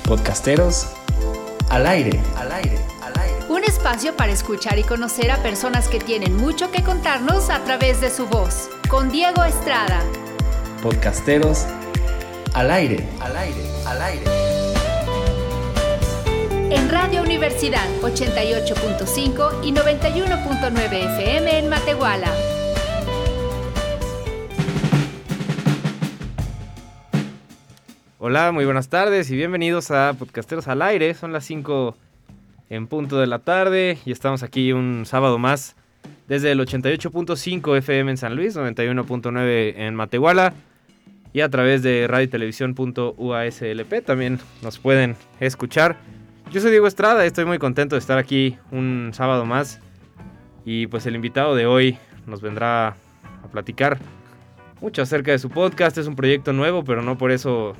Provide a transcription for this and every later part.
Podcasteros al aire. Un espacio para escuchar y conocer a personas que tienen mucho que contarnos a través de su voz. Con Diego Estrada. Podcasteros al aire. En Radio Universidad 88.5 y 91.9 FM en Matehuala. Hola, muy buenas tardes y bienvenidos a Podcasteros al Aire. Son las 5 en punto de la tarde y estamos aquí un sábado más desde el 88.5 FM en San Luis, 91.9 en Matehuala y a través de radiotelevisión.uaslp también nos pueden escuchar. Yo soy Diego Estrada y estoy muy contento de estar aquí un sábado más y pues el invitado de hoy nos vendrá a platicar mucho acerca de su podcast. Es un proyecto nuevo, pero no por eso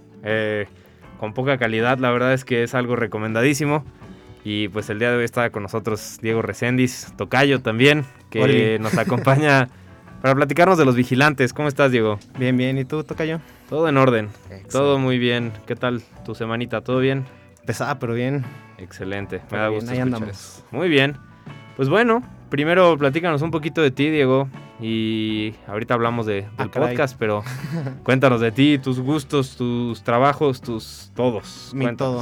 con poca calidad. La verdad es que es algo recomendadísimo. Y pues el día de hoy está con nosotros Diego Reséndiz, tocayo también, que Oli. nos acompaña para platicarnos de Los Vigilantes. ¿Cómo estás, Diego? Bien, ¿y tú, tocayo? Todo en orden, Excelente. todo muy bien. ¿Qué tal tu semanita? ¿Todo bien? Pesada, pero bien. Excelente, me Pero da bien, gusto ahí escuchar andamos. eso. Muy bien, pues bueno, primero platícanos un poquito de ti, Diego, y ahorita hablamos del caray. podcast, pero cuéntanos de ti, tus gustos, tus trabajos, tus todos. Mi Cuéntanos. todo.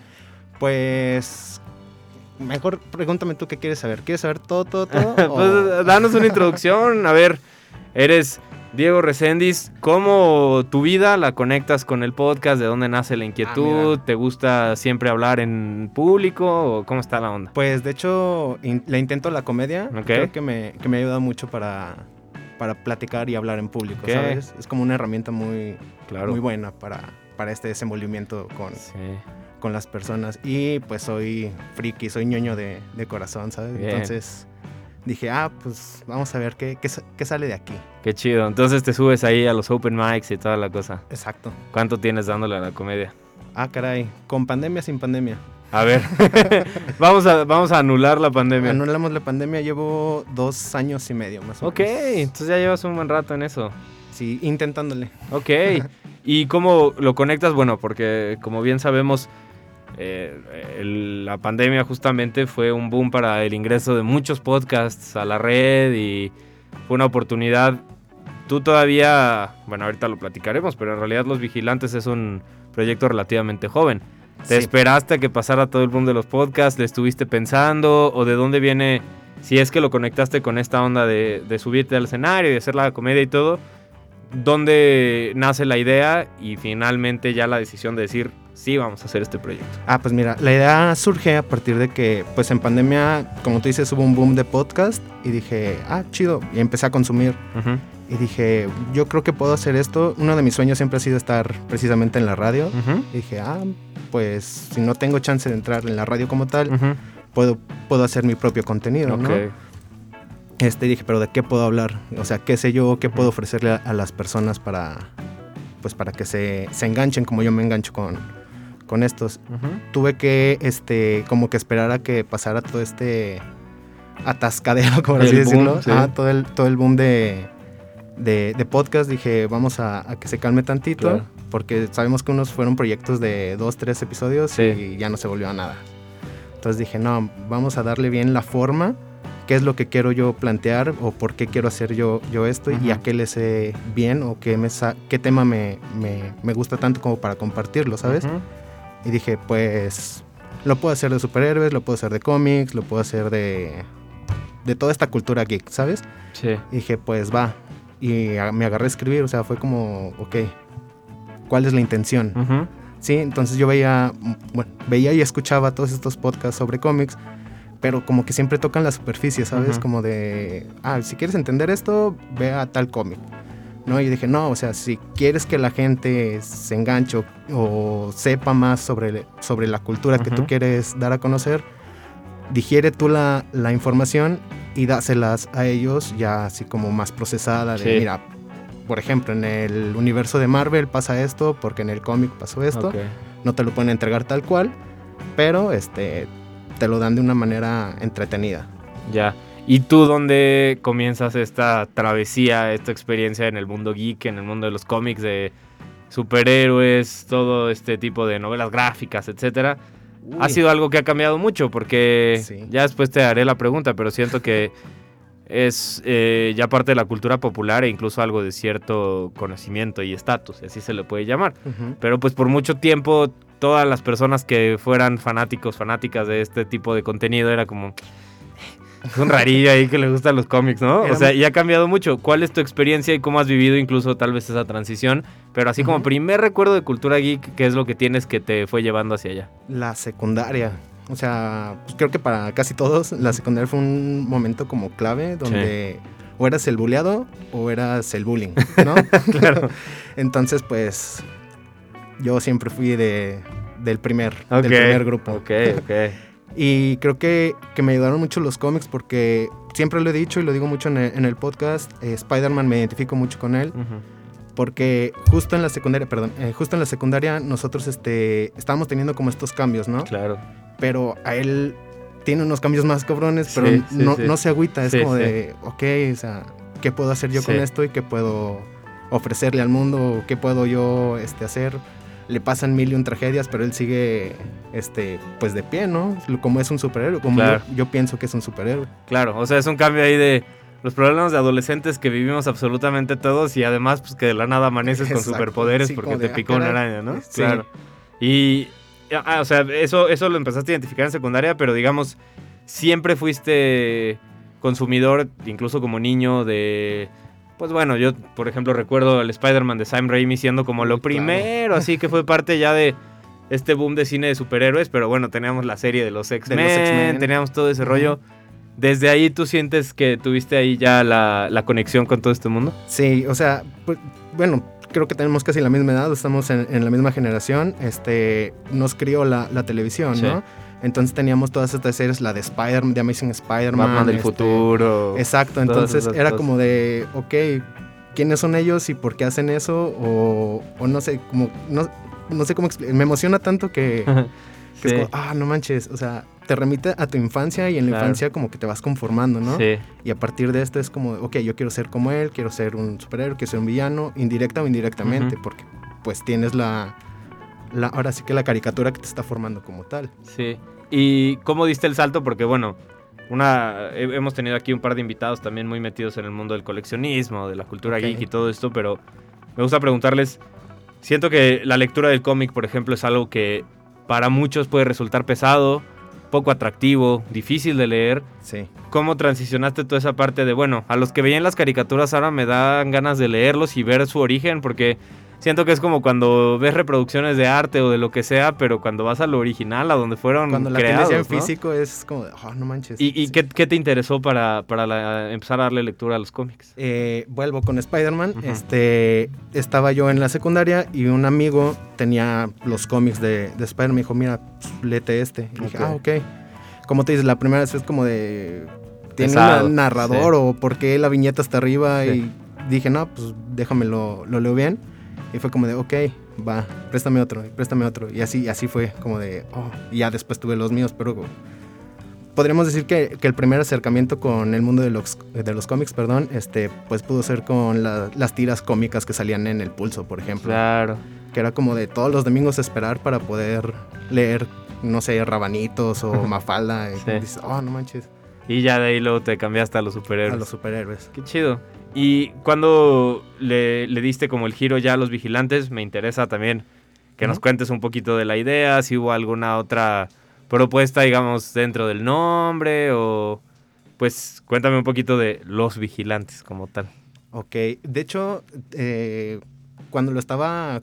Pues, mejor pregúntame tú qué quieres saber. ¿Quieres saber todo? Pues danos una introducción, a ver, eres Diego Reséndiz, ¿cómo tu vida la conectas con el podcast? ¿De dónde nace la inquietud? mira. ¿Te gusta siempre hablar en público o cómo está la onda? Pues, de hecho, le intento la comedia. Ok. Creo que me ha ayudado mucho para platicar y hablar en público, Ok. ¿sabes? Es como una herramienta muy Claro. buena para este desenvolvimiento Sí. con las personas. Y pues soy friki, soy ñoño de corazón, ¿sabes? Bien. Entonces dije, pues vamos a ver qué sale de aquí. Qué chido. Entonces te subes ahí a los open mics y toda la cosa. Exacto. ¿Cuánto tienes dándole a la comedia? Caray, ¿con pandemia, sin pandemia? A ver, vamos a anular la pandemia. Anulamos la pandemia, llevo 2 años y medio más o Ok, menos. entonces ya llevas un buen rato en eso. Sí, intentándole. Ok, ¿y cómo lo conectas? Bueno, porque como bien sabemos, la pandemia justamente fue un boom para el ingreso de muchos podcasts a la red y fue una oportunidad. Tú todavía, bueno, ahorita lo platicaremos, pero en realidad Los Vigilantes es un proyecto relativamente joven. ¿Te Sí. esperaste a que pasara todo el boom de los podcasts? ¿Le estuviste pensando? ¿O de dónde viene, si es que lo conectaste con esta onda de subirte al escenario y hacer la comedia y todo? ¿Dónde nace la idea y finalmente ya la decisión de decir, sí, vamos a hacer este proyecto? Pues mira, la idea surge a partir de que, pues en pandemia, como tú dices, hubo un boom de podcast y dije, chido, y empecé a consumir. Ujú, Y dije, yo creo que puedo hacer esto. Uno de mis sueños siempre ha sido estar precisamente en la radio. ujú, Y dije, pues si no tengo chance de entrar en la radio como tal, ujú. puedo hacer mi propio contenido, Ok, ¿no? Dije, pero ¿de qué puedo hablar? O sea, ¿qué sé yo? ¿Qué puedo ofrecerle a las personas para que se enganchen como yo me engancho con estos? ujú. Tuve que, como que esperar a que pasara todo este atascadero, como así El boom, decirlo. sí. Todo el boom de podcast. Dije, vamos a que se calme tantito, Claro. porque sabemos que unos fueron proyectos de 2, 3 episodios Sí. y ya no se volvió a nada. Entonces dije, no, vamos a darle bien la forma, qué es lo que quiero yo plantear o por qué quiero hacer yo esto y Ujú. a qué le sé bien o qué tema me gusta tanto como para compartirlo, ¿sabes? Ujú. Y dije, pues lo puedo hacer de superhéroes, lo puedo hacer de cómics, lo puedo hacer de toda esta cultura geek, ¿sabes? Sí. Y dije, pues va. Y me agarré a escribir, o sea, fue como, ok, ¿cuál es la intención? Ujú. Sí, entonces yo veía y escuchaba todos estos podcasts sobre cómics, pero como que siempre tocan la superficie, ¿sabes? Ujú. Como de, si quieres entender esto, ve a tal cómic, ¿no? Y dije, no, o sea, si quieres que la gente se enganche o sepa más sobre la cultura que Ujú. tú quieres dar a conocer, digiere tú la información y dáselas a ellos ya así como más procesada de, Sí. mira, por ejemplo, en el universo de Marvel pasa esto, porque en el cómic pasó esto. Ok. No te lo pueden entregar tal cual, pero te lo dan de una manera entretenida. Ya. ¿Y tú dónde comienzas esta travesía, esta experiencia en el mundo geek, en el mundo de los cómics, de superhéroes, todo este tipo de novelas gráficas, etcétera, ha sido algo que ha cambiado mucho, porque ya después te haré la pregunta, pero siento que es ya parte de la cultura popular e incluso algo de cierto conocimiento y estatus, así se le puede llamar. Pero pues por mucho tiempo todas las personas que fueran fanáticas de este tipo de contenido era como... Es un rarillo ahí que le gustan los cómics, ¿no? O sea, y ha cambiado mucho. ¿Cuál es tu experiencia y cómo has vivido incluso tal vez esa transición? Pero así como primer recuerdo de cultura geek, ¿qué es lo que tienes que te fue llevando hacia allá? La secundaria. O sea, pues creo que para casi todos la secundaria fue un momento como clave donde o eras el bulleado o eras el bullying, ¿no? Claro. Entonces, pues, yo siempre fui del primer grupo. Ok. Y creo que me ayudaron mucho los cómics porque siempre lo he dicho y lo digo mucho en el podcast, Spider-Man me identifico mucho con él. Porque justo en la secundaria nosotros estábamos teniendo como estos cambios, ¿no? Claro. Pero a él tiene unos cambios más cabrones, pero no se agüita, es como de, ok, o sea, ¿qué puedo hacer yo con esto y qué puedo ofrecerle al mundo? ¿Qué puedo yo hacer? Le pasan 1001 tragedias, pero él sigue, pues de pie, ¿no? Como es un superhéroe, como yo pienso que es un superhéroe. Claro, o sea, es un cambio ahí de los problemas de adolescentes que vivimos absolutamente todos y además, pues que de la nada amaneces con superpoderes porque te picó una araña, ¿no? Sí. Claro. Y, o sea, eso lo empezaste a identificar en secundaria, pero digamos, siempre fuiste consumidor, incluso como niño, de... Pues bueno, yo, por ejemplo, recuerdo el Spider-Man de Sam Raimi siendo como lo primero, así que fue parte ya de este boom de cine de superhéroes, pero bueno, teníamos la serie de los X-Men, teníamos todo ese rollo. ¿Desde ahí tú sientes que tuviste ahí ya la conexión con todo este mundo? Sí, o sea, pues, bueno, creo que tenemos casi la misma edad, estamos en la misma generación, nos crió la televisión, ¿no? Entonces teníamos todas estas series, la de Spider-Man, de Amazing Spider-Man. Batman del futuro. Exacto, entonces era como de, ok, ¿quiénes son ellos y por qué hacen eso? O no sé, como, no sé cómo explicar. Me emociona tanto que es como, no manches, o sea, te remite a tu infancia y en la infancia como que te vas conformando, ¿no? Sí. Y a partir de esto es como, ok, yo quiero ser como él, quiero ser un superhéroe, quiero ser un villano, indirecta o indirectamente, porque pues tienes ahora sí que la caricatura que te está formando como tal. Sí. ¿Y cómo diste el salto? Porque bueno, hemos tenido aquí un par de invitados también muy metidos en el mundo del coleccionismo, de la cultura geek y todo esto, pero me gusta preguntarles, siento que la lectura del cómic, por ejemplo, es algo que para muchos puede resultar pesado, poco atractivo, difícil de leer. Sí. ¿Cómo transicionaste toda esa parte de, bueno, a los que veían las caricaturas ahora me dan ganas de leerlos y ver su origen? Porque siento que es como cuando ves reproducciones de arte o de lo que sea, pero cuando vas a lo original, a donde fueron cuando creados, la tienes en físico es como, no manches. ¿Y qué te interesó para empezar a darle lectura a los cómics? Vuelvo con Spider-Man. Estaba yo en la secundaria y un amigo tenía los cómics de Spider-Man. Me dijo, mira, léete este. Y dije, ok. Como te dices, la primera vez es como de... ¿Tiene un narrador o por qué la viñeta está arriba? Y dije, no, pues déjame lo leo bien. Y fue como de, ok, va, préstame otro. Y así fue como de, y ya después tuve los míos, pero podríamos decir que el primer acercamiento con el mundo de los cómics, pues pudo ser con las tiras cómicas que salían en El Pulso, por ejemplo. Claro. Que era como de todos los domingos esperar para poder leer, no sé, Rabanitos o Mafalda. Y dices, no manches. Y ya de ahí luego te cambiaste a los superhéroes. A los superhéroes. Qué chido. Y cuando le diste como el giro ya a los vigilantes, me interesa también que nos cuentes un poquito de la idea, si hubo alguna otra propuesta, digamos, dentro del nombre, o pues cuéntame un poquito de los vigilantes como tal. Ok, de hecho, cuando lo estaba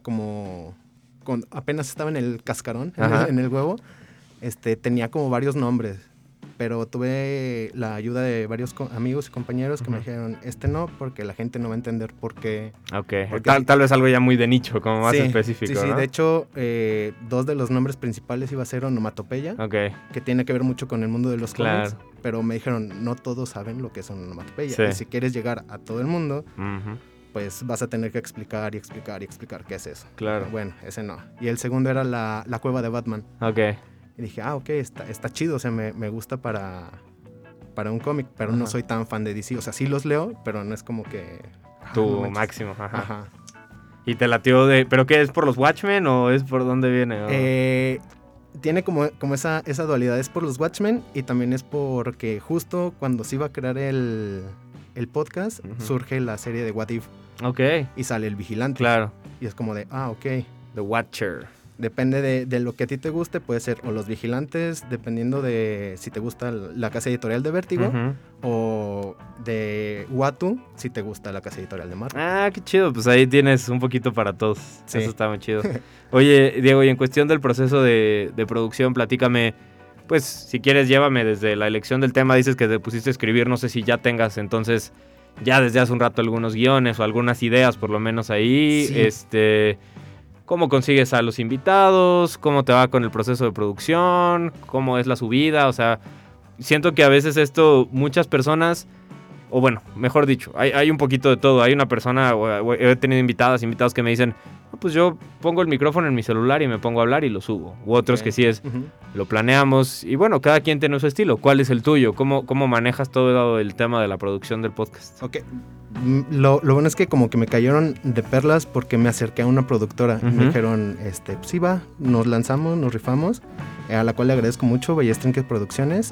apenas estaba en el cascarón, en el huevo, tenía como varios nombres. Pero tuve la ayuda de varios amigos y compañeros que me dijeron, no, porque la gente no va a entender por qué. Ok, tal vez algo ya muy de nicho, como más específico, Sí, ¿no? de hecho, dos de los nombres principales iba a ser onomatopeya, que tiene que ver mucho con el mundo de los cómics, pero me dijeron, no todos saben lo que es onomatopeya, y si quieres llegar a todo el mundo, pues vas a tener que explicar qué es eso. Claro. Bueno, ese no. Y el segundo era la cueva de Batman. Ok. Y dije, ok, está chido, o sea, me gusta para un cómic, pero no soy tan fan de DC. O sea, sí los leo, pero no es como que... Tu máximo, Ajá. Y te latió ¿pero qué, es por los Watchmen o es por dónde viene? Tiene como esa dualidad, es por los Watchmen y también es porque justo cuando se iba a crear el podcast, surge la serie de What If. Ok. Y sale el Vigilante. Claro. Y es como de, ok. The Watcher. Depende de lo que a ti te guste, puede ser o Los Vigilantes, dependiendo de si te gusta la casa editorial de Vértigo, o de Uatu, si te gusta la casa editorial de Marvel. Ah, qué chido, pues ahí tienes un poquito para todos. Sí. Eso está muy chido. Oye, Diego, y en cuestión del proceso de producción, platícame, pues si quieres llévame desde la elección del tema, dices que te pusiste a escribir, no sé si ya tengas entonces ya desde hace un rato algunos guiones o algunas ideas por lo menos ahí, sí. ¿Cómo consigues a los invitados? ¿Cómo te va con el proceso de producción? ¿Cómo es la subida? O sea, siento que a veces esto, muchas personas, o bueno, mejor dicho, hay un poquito de todo. Hay una persona, o he tenido invitados que me dicen, pues yo pongo el micrófono en mi celular y me pongo a hablar y lo subo. U otros que sí es, lo planeamos. Y bueno, cada quien tiene su estilo. ¿Cuál es el tuyo? ¿Cómo manejas todo el tema de la producción del podcast? Ok. Lo bueno es que como que me cayeron de perlas porque me acerqué a una productora y me dijeron, pues sí va, nos lanzamos, nos rifamos, a la cual le agradezco mucho, Ballest Trinket Producciones,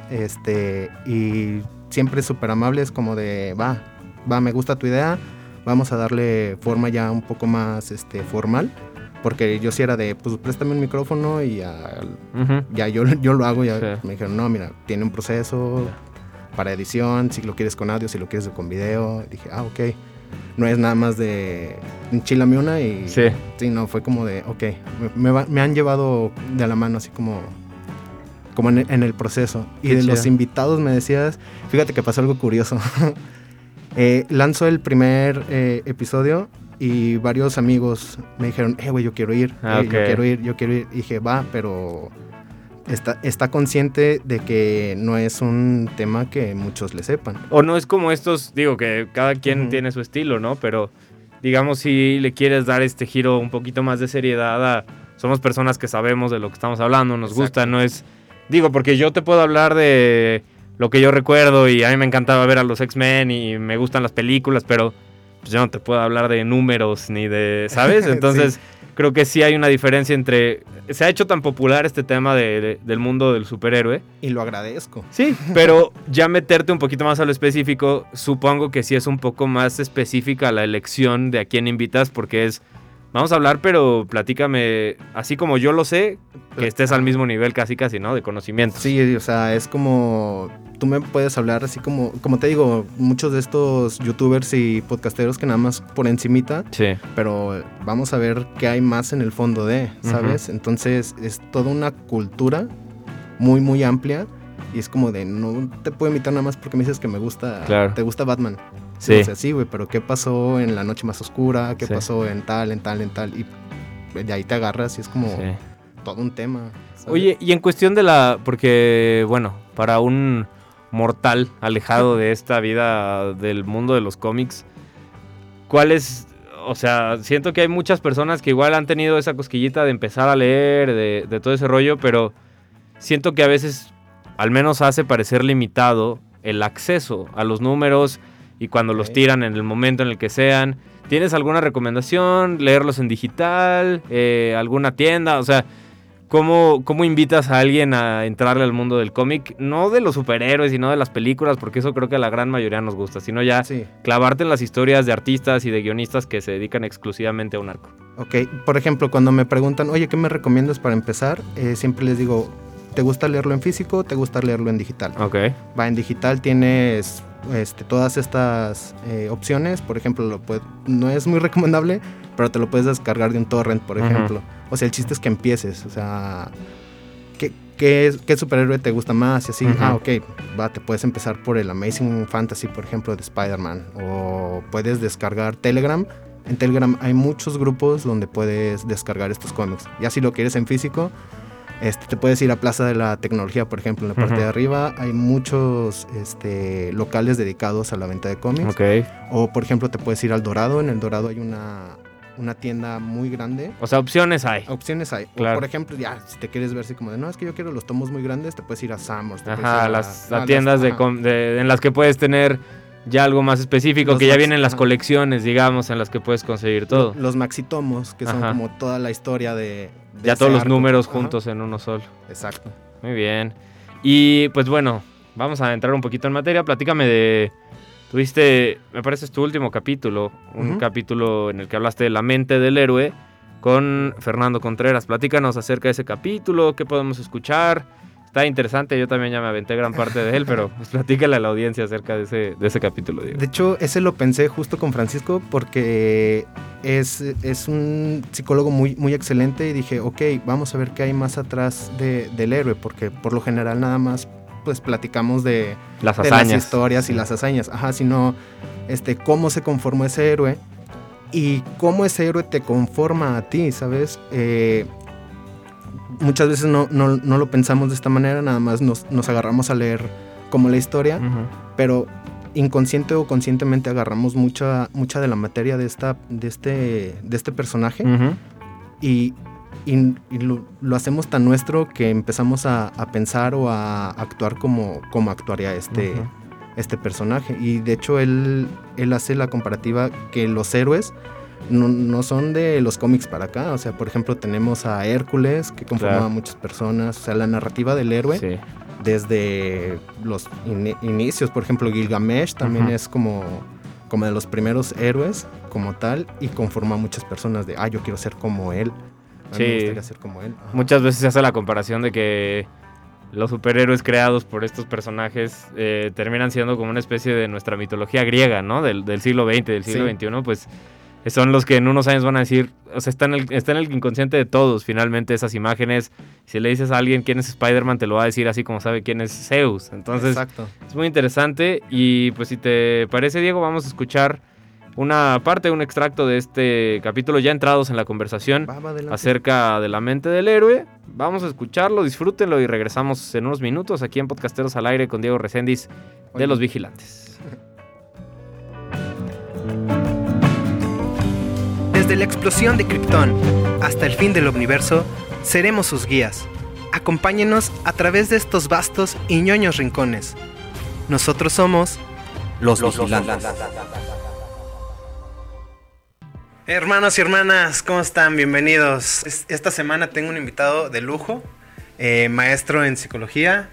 y siempre súper amables, como de, va, me gusta tu idea, vamos a darle forma ya un poco más formal, porque yo sí era de, pues préstame un micrófono y ya yo lo hago, ya sí. Me dijeron, no, mira, tiene un proceso para edición, si lo quieres con audio, si lo quieres con video. Dije, ok. No es nada más de enchilame una y... Sí, no, fue como de, ok. Me han llevado de la mano así como en el proceso. Y de los invitados me decías, fíjate que pasó algo curioso. Lanzó el primer episodio y varios amigos me dijeron, güey, yo quiero ir, yo quiero ir. Y dije, va, pero... Está consciente de que no es un tema que muchos le sepan. O no es como estos, digo que cada quien tiene su estilo, ¿no? Pero digamos si le quieres dar este giro un poquito más de seriedad somos personas que sabemos de lo que estamos hablando, nos gusta, no es... Digo, porque yo te puedo hablar de lo que yo recuerdo y a mí me encantaba ver a los X-Men y me gustan las películas, pero pues yo no te puedo hablar de números ni de... ¿Sabes? Entonces... Sí. Creo que sí hay una diferencia entre... Se ha hecho tan popular este tema del mundo del superhéroe. Y lo agradezco. Sí, pero ya meterte un poquito más a lo específico, supongo que sí es un poco más específica la elección de a quién invitas, porque es... Vamos a hablar, pero platícame, así como yo lo sé, que estés al mismo nivel casi, ¿no? De conocimiento. Sí, o sea, es como... Tú me puedes hablar así como te digo, muchos de estos youtubers y podcasteros que nada más por encimita, sí. Pero vamos a ver qué hay más en el fondo ¿sabes? Entonces es toda una cultura muy, muy amplia y es como de, no te puedo invitar nada más porque me dices que me gusta, te gusta Batman. Sí. O sea, sí, güey, pero ¿qué pasó en La Noche Más Oscura? ¿Qué pasó en tal? Y de ahí te agarras y es como todo un tema, ¿sabes? Oye, y en cuestión de porque, bueno, para un mortal alejado de esta vida del mundo de los cómics, ¿cuál es? O sea, siento que hay muchas personas que igual han tenido esa cosquillita de empezar a leer, de todo ese rollo, pero siento que a veces al menos hace parecer limitado el acceso a los números y cuando los tiran en el momento en el que sean. ¿Tienes alguna recomendación? ¿Leerlos en digital? ¿Alguna tienda? O sea, ¿cómo invitas a alguien a entrarle al mundo del cómic? No de los superhéroes, sino de las películas, porque eso creo que a la gran mayoría nos gusta, sino ya clavarte en las historias de artistas y de guionistas que se dedican exclusivamente a un arco. Ok, por ejemplo, cuando me preguntan, oye, ¿qué me recomiendas para empezar? Siempre les digo, ¿te gusta leerlo en físico o te gusta leerlo en digital? Ok. En digital tienes todas estas opciones, por ejemplo, no es muy recomendable, pero te lo puedes descargar de un torrent, por ejemplo. O sea, el chiste es que empieces, o sea, ¿qué superhéroe te gusta más? Y así, te puedes empezar por el Amazing Fantasy, por ejemplo, de Spider-Man, o puedes descargar Telegram. En Telegram hay muchos grupos donde puedes descargar estos cómics. Ya si lo quieres en físico, te puedes ir a Plaza de la Tecnología, por ejemplo, en la parte de arriba hay muchos locales dedicados a la venta de cómics. Okay. O, por ejemplo, te puedes ir al Dorado. En el Dorado hay una tienda muy grande. O sea, opciones hay. Claro. O, por ejemplo, ya, si te quieres ver así como de, no, es que yo quiero los tomos muy grandes, te puedes ir a Sam's. Las tiendas en las que puedes tener ya algo más específico, que ya vienen las colecciones, digamos, en las que puedes conseguir todo. Los maxitomos, que son como toda la historia de ya todos los números juntos en uno solo. Exacto. Muy bien. Y pues bueno, vamos a entrar un poquito en materia. Platícame de... Tuviste, me parece, es tu último capítulo, un capítulo en el que hablaste de la mente del héroe con Fernando Contreras. Platícanos acerca de ese capítulo, qué podemos escuchar. Está interesante, yo también ya me aventé gran parte de él, pero pues platícale a la audiencia acerca de ese capítulo. Diego. De hecho, ese lo pensé justo con Francisco porque es un psicólogo muy, muy excelente y dije, ok, vamos a ver qué hay más atrás del héroe, porque por lo general nada más pues platicamos de las historias y las hazañas, sino cómo se conformó ese héroe y cómo ese héroe te conforma a ti, ¿sabes? Muchas veces no lo pensamos de esta manera, nada más nos agarramos a leer como la historia, pero inconsciente o conscientemente agarramos mucha de la materia de este personaje y lo hacemos tan nuestro que empezamos a pensar o a actuar como actuaría este personaje. Y de hecho él hace la comparativa que los héroes no son de los cómics para acá. O sea, por ejemplo, tenemos a Hércules, que conformaba a muchas personas. O sea, la narrativa del héroe, desde los inicios, por ejemplo, Gilgamesh también es como de los primeros héroes como tal, y conforma a muchas personas de, yo quiero ser como él. Me gustaría ser como él. Muchas veces se hace la comparación de que los superhéroes creados por estos personajes terminan siendo como una especie de nuestra mitología griega, ¿no? Del siglo XX, del siglo XXI, pues son los que en unos años van a decir, o sea, está en el inconsciente de todos, finalmente, esas imágenes. Si le dices a alguien quién es Spider-Man, te lo va a decir así como sabe quién es Zeus. Entonces, exacto, es muy interesante. Y pues si te parece, Diego, vamos a escuchar una parte, un extracto de este capítulo, ya entrados en la conversación acerca de la mente del héroe. Vamos a escucharlo, disfrútenlo y regresamos en unos minutos aquí en Podcasteros al Aire con Diego Reséndiz de Los Vigilantes. Desde la explosión de Krypton hasta el fin del universo, seremos sus guías. Acompáñenos a través de estos vastos y ñoños rincones. Nosotros somos Los Vigilantes. Hermanos y hermanas, ¿cómo están? Bienvenidos. Esta semana tengo un invitado de lujo, maestro en psicología,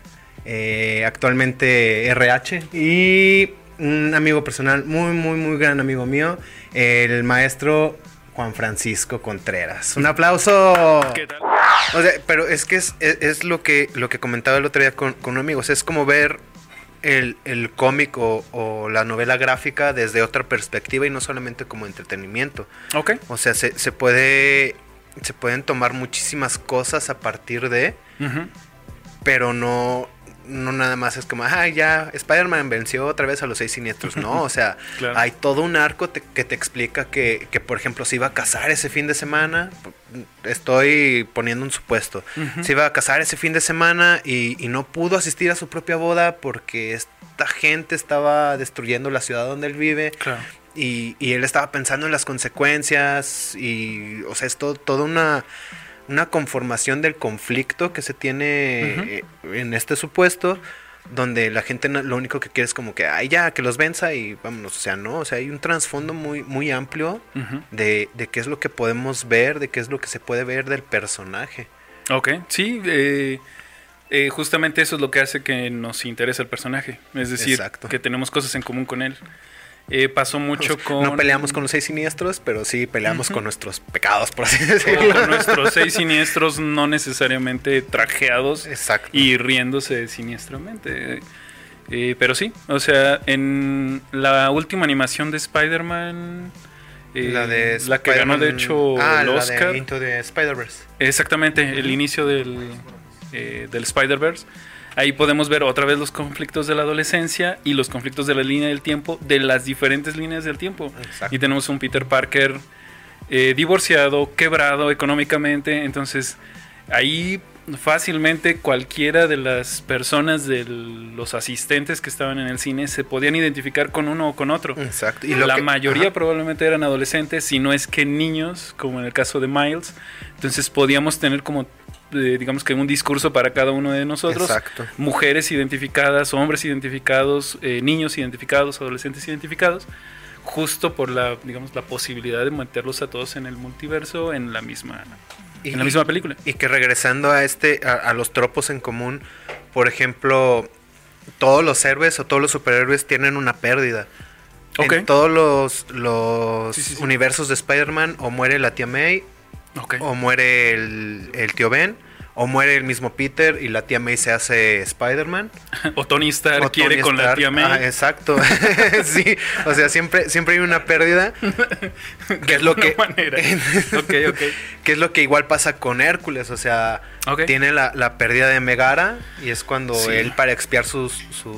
actualmente RH, y un amigo personal, muy, muy, muy gran amigo mío, el maestro Juan Francisco Contreras. ¡Un aplauso! ¿Qué tal? O sea, pero es que es lo que comentaba el otro día con un amigo. O sea, es como ver el cómic o la novela gráfica desde otra perspectiva y no solamente como entretenimiento. Ok. O sea, se pueden tomar muchísimas cosas a partir de, pero no nada más es como, ya, Spider-Man venció otra vez a los 6 siniestros. No, o sea, claro, hay todo un arco que te explica que, por ejemplo, se iba a casar ese fin de semana. Estoy poniendo un supuesto. Se iba a casar ese fin de semana y no pudo asistir a su propia boda porque esta gente estaba destruyendo la ciudad donde él vive. Claro. Y él estaba pensando en las consecuencias y, o sea, es toda una conformación del conflicto que se tiene en este supuesto, donde la gente lo único que quiere es como que, ya, que los venza y vámonos. O sea, no, o sea, hay un trasfondo muy, muy amplio de qué es lo que podemos ver, de qué es lo que se puede ver del personaje. Ok, sí, justamente eso es lo que hace que nos interese el personaje, es decir, exacto, que tenemos cosas en común con él. Pasó mucho con... No peleamos con los 6 siniestros, pero sí peleamos con nuestros pecados, por así decirlo. Con nuestros 6 siniestros no necesariamente trajeados. Exacto. Y riéndose siniestramente. Pero sí, o sea, en la última animación de Spider-Man... la que ganó de hecho el Oscar. La de Into the Spider-Verse. Exactamente, el inicio del Spider-Verse. Ahí podemos ver otra vez los conflictos de la adolescencia y los conflictos de la línea del tiempo, de las diferentes líneas del tiempo. Exacto. Y tenemos un Peter Parker divorciado, quebrado económicamente. Entonces, ahí fácilmente cualquiera de las personas, de los asistentes que estaban en el cine, se podían identificar con uno o con otro. Exacto. Y la mayoría probablemente eran adolescentes, si no es que niños, como en el caso de Miles. Entonces podíamos tener como digamos que un discurso para cada uno de nosotros. Exacto. Mujeres identificadas, hombres identificados, niños identificados, adolescentes identificados, justo por la posibilidad de meterlos a todos en el multiverso en la misma película. Y que regresando a los tropos en común, por ejemplo, todos los héroes o todos los superhéroes tienen una pérdida. Okay. En todos los universos de Spider-Man, o muere la tía May, o muere el tío Ben, o muere el mismo Peter y la tía May se hace Spider-Man. O Tony Stark quiere con la tía May. Exacto. Sí, o sea, siempre hay una pérdida. Que es lo que que es lo que igual pasa con Hércules, o sea, tiene la pérdida de Megara y es cuando él, para expiar su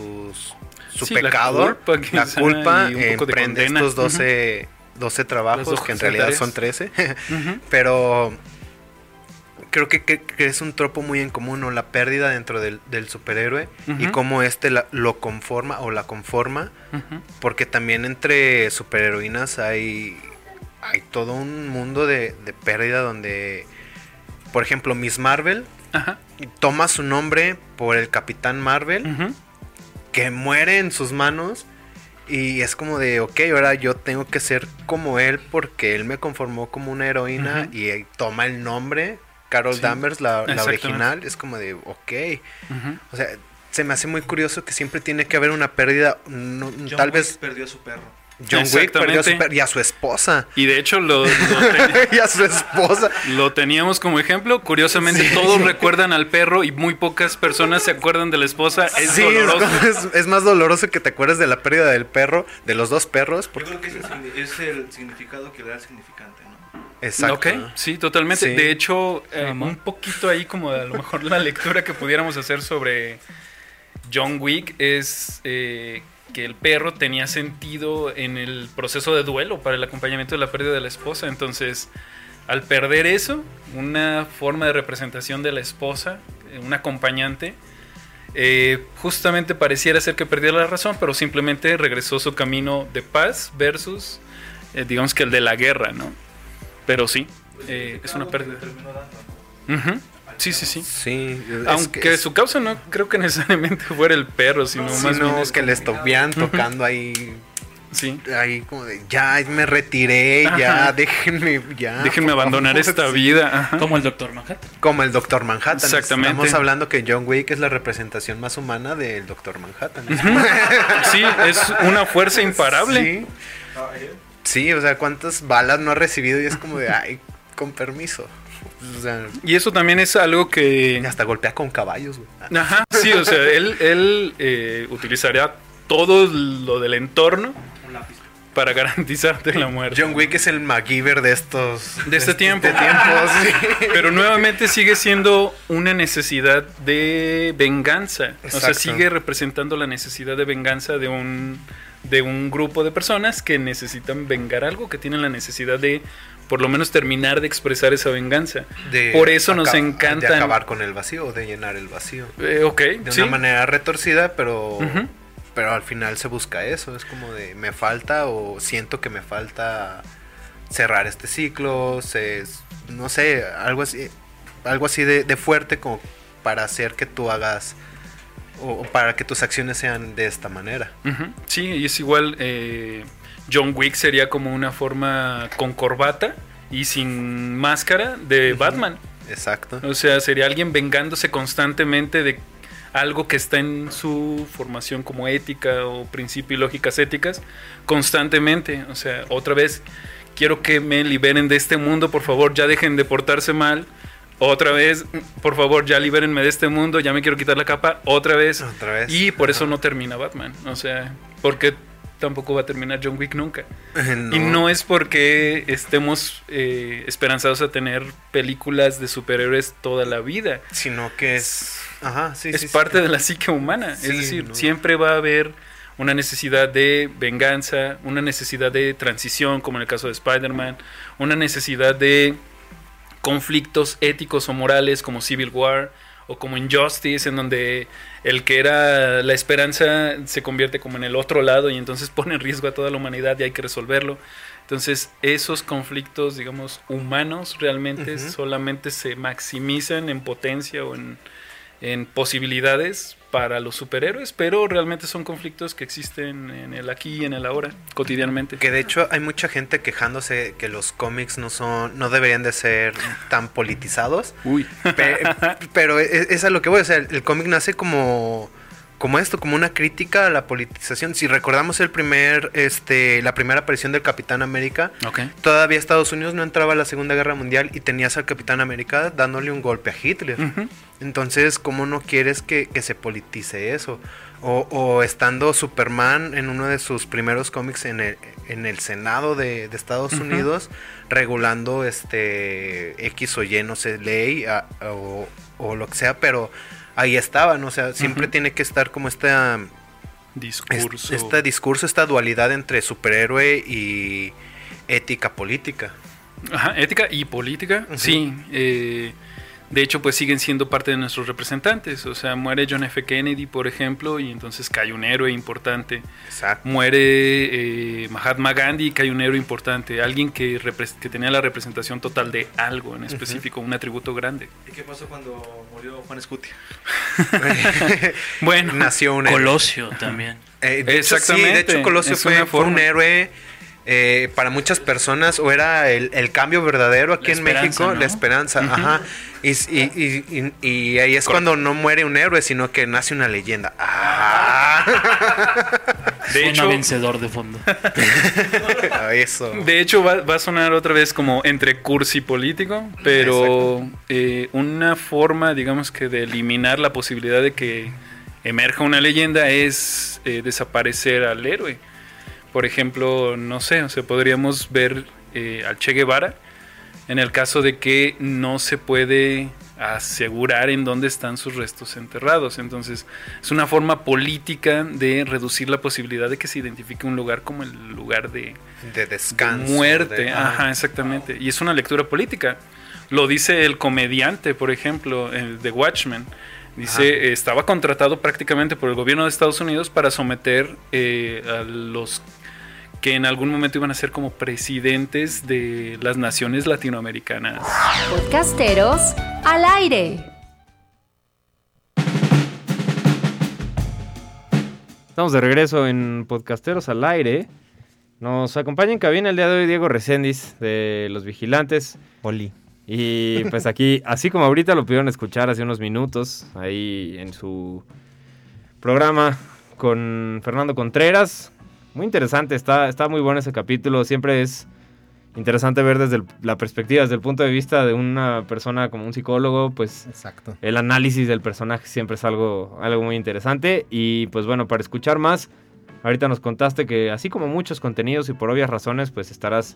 pecado, la culpa emprende estos 12 trabajos, que en realidad son 13. Pero creo que es un tropo muy en común, ¿no? La pérdida dentro del superhéroe y cómo lo conforma o la conforma, porque también entre superheroínas hay todo un mundo de pérdida donde, por ejemplo, Miss Marvel toma su nombre por el Capitán Marvel, que muere en sus manos. Y es como de, ahora yo tengo que ser como él porque él me conformó como una heroína y toma el nombre, Carol Danvers, la original. Es como de, o sea, se me hace muy curioso que siempre tiene que haber una pérdida. Tal vez perdió a su perro. John Wick perdió a su perro y a su esposa. Y de hecho y a su esposa. Lo teníamos como ejemplo. Curiosamente todos recuerdan al perro y muy pocas personas se acuerdan de la esposa. Es doloroso. Es más doloroso que te acuerdes de la pérdida del perro, de los dos perros. Yo creo que es el significado que le da el significante, ¿no? Exacto. Sí, totalmente. Sí. De hecho, un poquito ahí como a lo mejor la lectura que pudiéramos hacer sobre John Wick es que el perro tenía sentido en el proceso de duelo para el acompañamiento de la pérdida de la esposa. Entonces, al perder eso, una forma de representación de la esposa, un acompañante, justamente pareciera ser que perdiera la razón, pero simplemente regresó su camino de paz versus, digamos que el de la guerra, ¿no? Pero sí, es una pérdida. Sí. Aunque su causa no creo que necesariamente fuera el perro, sino más bien es que le estuvieran tocando ahí. Sí. Ahí como de, ya me retiré, ya déjenme abandonar esta vida. Como el Dr. Manhattan. Como el Dr. Manhattan. Exactamente. Estamos hablando que John Wick es la representación más humana del Dr. Manhattan. Sí, es una fuerza imparable. Sí, o sea, cuántas balas no ha recibido y es como de, con permiso. O sea, y eso también es algo que hasta golpea con caballos, güey. Sí, o sea, él utilizaría todo lo del entorno para garantizarte la muerte. John Wick es el MacGyver de este tiempo. Sí. Pero nuevamente sigue siendo una necesidad de venganza. Exacto. O sea, sigue representando la necesidad de venganza de un grupo de personas que necesitan vengar algo, que tienen la necesidad de por lo menos terminar de expresar esa venganza. Por eso nos encanta. De acabar con el vacío o de llenar el vacío. De una manera retorcida, pero al final se busca eso. Es como de, me falta o siento que me falta cerrar este ciclo. No sé, algo así de fuerte como para hacer que tú hagas o para que tus acciones sean de esta manera. Sí, y es igual. John Wick sería como una forma con corbata y sin máscara de Batman. Exacto. O sea, sería alguien vengándose constantemente de algo que está en su formación como ética o principio y lógicas éticas constantemente. O sea, otra vez, quiero que me liberen de este mundo, por favor, ya dejen de portarse mal. Otra vez, por favor, ya libérenme de este mundo, ya me quiero quitar la capa, otra vez. Y por eso no termina Batman. O sea, porque tampoco va a terminar John Wick nunca. No. Y no es porque estemos esperanzados a tener películas de superhéroes toda la vida, sino que es parte de la psique humana. Es decir, siempre va a haber una necesidad de venganza, una necesidad de transición, como en el caso de Spider-Man, una necesidad de conflictos éticos o morales como Civil War o como Injustice, en donde el que era la esperanza se convierte como en el otro lado y entonces pone en riesgo a toda la humanidad y hay que resolverlo. Entonces, esos conflictos, digamos, humanos realmente solamente se maximizan en potencia o en posibilidades para los superhéroes, pero realmente son conflictos que existen en el aquí y en el ahora, cotidianamente. Que de hecho hay mucha gente quejándose que los cómics no deberían de ser tan politizados. Uy. Pero es a lo que voy, o sea, el cómic nace como una crítica a la politización. Si recordamos la primera aparición del Capitán América, todavía Estados Unidos no entraba a la Segunda Guerra Mundial y tenías al Capitán América dándole un golpe a Hitler. Entonces, ¿cómo no quieres que se politice eso? O estando Superman en uno de sus primeros cómics en el Senado de Estados Unidos, regulando X o Y, no sé, ley o lo que sea, pero ahí estaban, o sea, siempre tiene que estar como discurso, esta dualidad entre superhéroe y ética política. Ajá, ética y política, sí. De hecho, pues siguen siendo parte de nuestros representantes. O sea, muere John F. Kennedy, por ejemplo, y entonces cae un héroe importante. Exacto. Muere Mahatma Gandhi, cae un héroe importante. Alguien que tenía la representación total de algo en específico, un atributo grande. ¿Y qué pasó cuando murió Juan Escutia? Bueno, nació un héroe. Colosio también. Exactamente. Sí, de hecho Colosio fue un héroe para muchas personas, o era el cambio verdadero aquí en México, ¿no? La esperanza, ajá. Y ahí es cuando no muere un héroe, sino que nace una leyenda. De hecho, vencedor de fondo. Eso. De hecho, va a sonar otra vez como entre cursi político, pero una forma, digamos que de eliminar la posibilidad de que emerja una leyenda es desaparecer al héroe. Por ejemplo, no sé, o sea, podríamos ver al Che Guevara en el caso de que no se puede asegurar en dónde están sus restos enterrados. Entonces, es una forma política de reducir la posibilidad de que se identifique un lugar como el lugar de descanso, de muerte. Ajá, exactamente. Y es una lectura política. Lo dice el comediante, por ejemplo, de Watchmen. Dice, estaba contratado prácticamente por el gobierno de Estados Unidos para someter a los que en algún momento iban a ser como presidentes de las naciones latinoamericanas. Podcasteros al aire. Estamos de regreso en Podcasteros al aire. Nos acompaña en cabina el día de hoy Diego Reséndiz de Los Vigilantes. Oli. Y pues aquí, así como ahorita lo pudieron escuchar hace unos minutos, ahí en su programa con Fernando Contreras. Muy interesante, está muy bueno ese capítulo. Siempre es interesante ver desde la perspectiva, desde el punto de vista de una persona como un psicólogo, pues exacto. El análisis del personaje siempre es algo muy interesante. Y pues bueno, para escuchar más, ahorita nos contaste que así como muchos contenidos y por obvias razones, pues estarás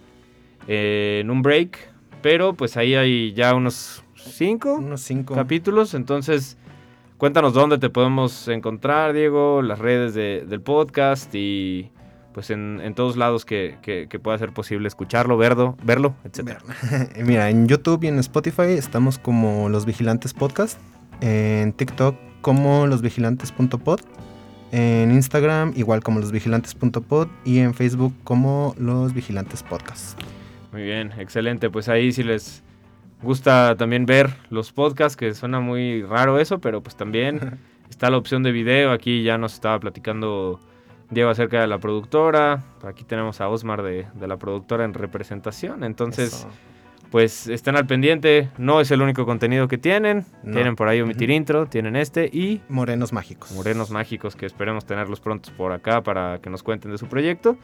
en un break. Pero pues ahí hay ya unos 5 capítulos, entonces cuéntanos dónde te podemos encontrar, Diego, las redes del podcast y pues en todos lados que pueda ser posible escucharlo, verlo, etc. Mira, en YouTube y en Spotify estamos como Los Vigilantes Podcast, en TikTok como losvigilantes.pod, en Instagram igual como losvigilantes.pod y en Facebook como Los Vigilantes Podcast. Muy bien, excelente. Pues ahí si les gusta también ver los podcasts, que suena muy raro eso, pero pues también está la opción de video. Aquí ya nos estaba platicando Diego acerca de la productora. Aquí tenemos a Osmar de la productora en representación. Entonces, eso. Pues estén al pendiente. No es el único contenido que tienen. No. Tienen por ahí Omitir Intro, tienen y Morenos Mágicos. Morenos Mágicos, que esperemos tenerlos pronto por acá para que nos cuenten de su proyecto.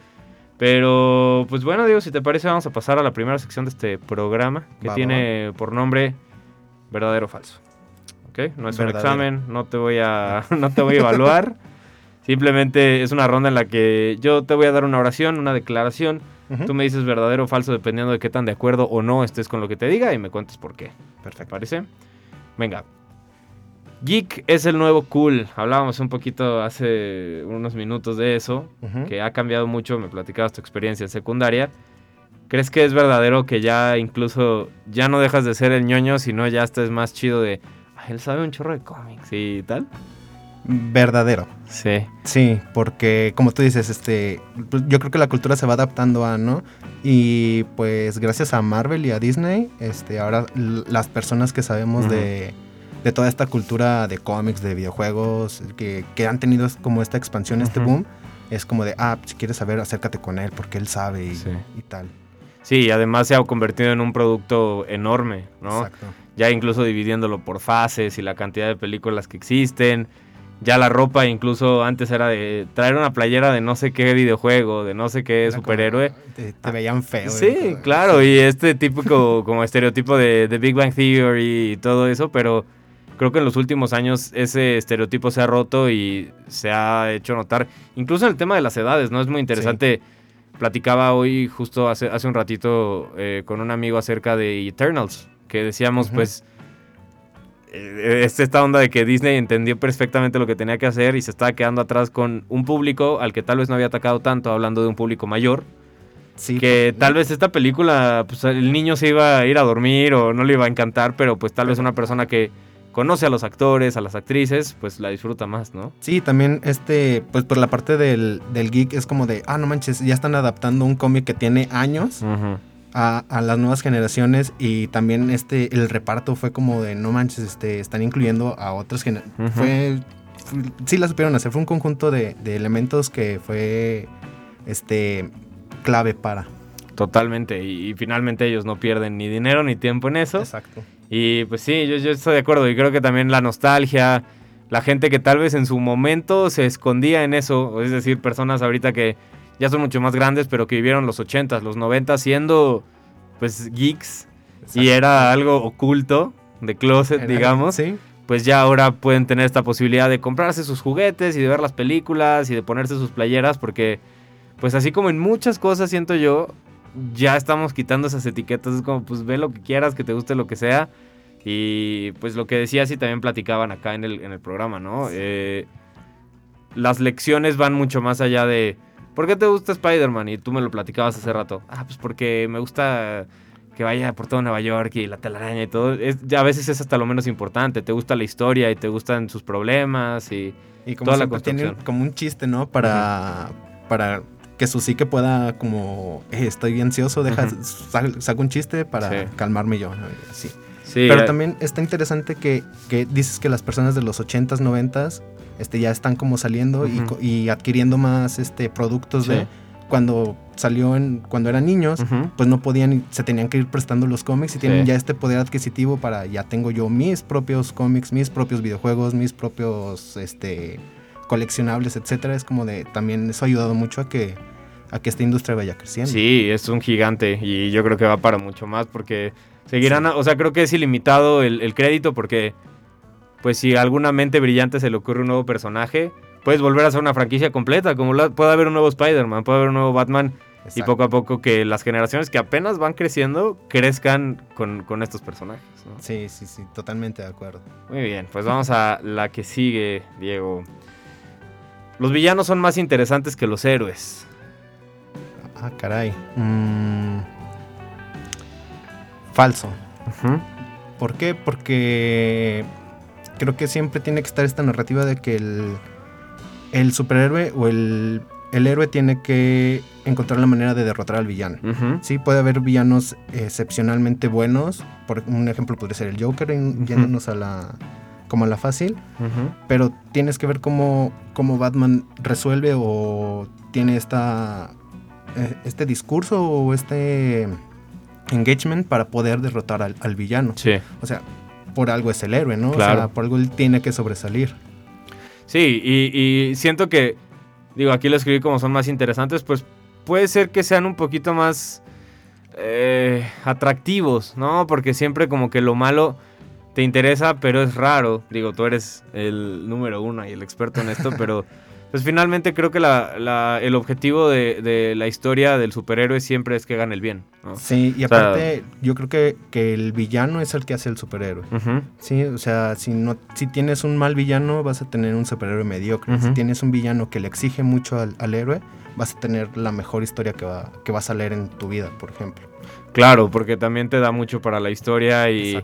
Pero, pues bueno, Diego, si te parece, vamos a pasar a la primera sección de este programa, que tiene por nombre Verdadero o Falso. ¿Ok? No es un examen, no te voy a evaluar. Simplemente es una ronda en la que yo te voy a dar una oración, una declaración. Tú me dices verdadero o falso dependiendo de qué tan de acuerdo o no estés con lo que te diga y me cuentas por qué. Perfecto. ¿Te parece? Venga. Geek es el nuevo cool. Hablábamos un poquito hace unos minutos de eso, que ha cambiado mucho. Me platicabas tu experiencia en secundaria. ¿Crees que es verdadero que ya incluso ya no dejas de ser el ñoño, sino ya estás más chido de él sabe un chorro de cómics y tal? verdadero. Sí. Sí, porque como tú dices, pues, yo creo que la cultura se va adaptando a, ¿no? Y pues gracias a Marvel y a Disney, ahora las personas que sabemos de toda esta cultura de cómics, de videojuegos, que han tenido como esta expansión, este boom, es como de, si quieres saber, acércate con él, porque él sabe y tal. Sí, y además se ha convertido en un producto enorme, ¿no? Exacto. Ya incluso dividiéndolo por fases y la cantidad de películas que existen. Ya la ropa incluso antes era de traer una playera de no sé qué videojuego, de no sé qué superhéroe. Te veían feo. Sí, claro, y este típico como estereotipo de Big Bang Theory y todo eso, pero creo que en los últimos años ese estereotipo se ha roto y se ha hecho notar. Incluso en el tema de las edades, ¿no? Es muy interesante. Sí. Platicaba hoy justo hace un ratito con un amigo acerca de Eternals, que decíamos pues esta onda de que Disney entendió perfectamente lo que tenía que hacer y se estaba quedando atrás con un público al que tal vez no había atacado tanto, hablando de un público mayor. Sí, que tal vez esta película, pues el niño se iba a ir a dormir o no le iba a encantar, pero pues tal vez una persona que conoce a los actores, a las actrices, pues la disfruta más, ¿no? Sí, también pues por la parte del geek es como de, no manches, ya están adaptando un cómic que tiene años a las nuevas generaciones, y también el reparto fue como de, no manches, están incluyendo a otras generaciones. Sí la supieron hacer, fue un conjunto de elementos que fue clave para. Totalmente, y finalmente ellos no pierden ni dinero ni tiempo en eso. Exacto. Y pues sí, yo estoy de acuerdo, y creo que también la nostalgia, la gente que tal vez en su momento se escondía en eso, es decir, personas ahorita que ya son mucho más grandes, pero que vivieron los 80s, los 90s siendo pues geeks. Exacto. Y era algo oculto, de closet, digamos. Sí. Pues ya ahora pueden tener esta posibilidad de comprarse sus juguetes y de ver las películas y de ponerse sus playeras, porque pues así como en muchas cosas siento yo, ya estamos quitando esas etiquetas. Es como, pues ve lo que quieras, que te guste lo que sea. Y pues lo que decías y también platicaban acá en el programa, ¿no? Las lecciones van mucho más allá de ¿por qué te gusta Spider-Man? Y tú me lo platicabas hace rato. Pues porque me gusta que vaya por todo Nueva York y la telaraña y todo. A veces es hasta lo menos importante. Te gusta la historia y te gustan sus problemas y como toda la construcción. Tienen como un chiste, ¿no? Para que su psique pueda como, estoy ansioso, saco un chiste para calmarme yo, ¿no? Así. Sí, pero también está interesante que dices que las personas de los 80s, 90s ya están como saliendo y adquiriendo más productos de cuando salió cuando eran niños, pues no podían, se tenían que ir prestando los cómics y tienen ya este poder adquisitivo para, ya tengo yo mis propios cómics, mis propios videojuegos, mis propios coleccionables, etcétera. Es como de, también eso ha ayudado mucho a que esta industria vaya creciendo. Sí, es un gigante y yo creo que va para mucho más porque seguirán, o sea, creo que es ilimitado el crédito, porque pues si a alguna mente brillante se le ocurre un nuevo personaje, puedes volver a hacer una franquicia completa, como puede haber un nuevo Spider-Man, puede haber un nuevo Batman. Exacto. Y poco a poco que las generaciones que apenas van creciendo crezcan con estos personajes, ¿no? Sí, totalmente de acuerdo. Muy bien, pues vamos a la que sigue, Diego. Los villanos son más interesantes que los héroes. Caray. Falso. ¿Por qué? Porque creo que siempre tiene que estar esta narrativa de que el superhéroe o el héroe tiene que encontrar la manera de derrotar al villano. Sí, puede haber villanos excepcionalmente buenos. Por un ejemplo podría ser el Joker, yéndonos a la fácil. Pero tienes que ver cómo Batman resuelve o tiene este discurso o engagement para poder derrotar al villano. Sí. O sea, por algo es el héroe, ¿no? Claro. O sea, por algo él tiene que sobresalir. Sí, y siento que, digo, aquí lo escribí como son más interesantes, pues puede ser que sean un poquito más atractivos, ¿no? Porque siempre como que lo malo te interesa, pero es raro. Digo, tú eres el número uno y el experto en esto, pero pues finalmente creo que el objetivo de la historia del superhéroe siempre es que gane el bien, ¿no? Sí, y aparte yo creo que el villano es el que hace el superhéroe. Sí, o sea, si tienes un mal villano vas a tener un superhéroe mediocre. Si tienes un villano que le exige mucho al héroe, vas a tener la mejor historia que vas a leer en tu vida, por ejemplo. Claro, porque también te da mucho para la historia y... Exacto.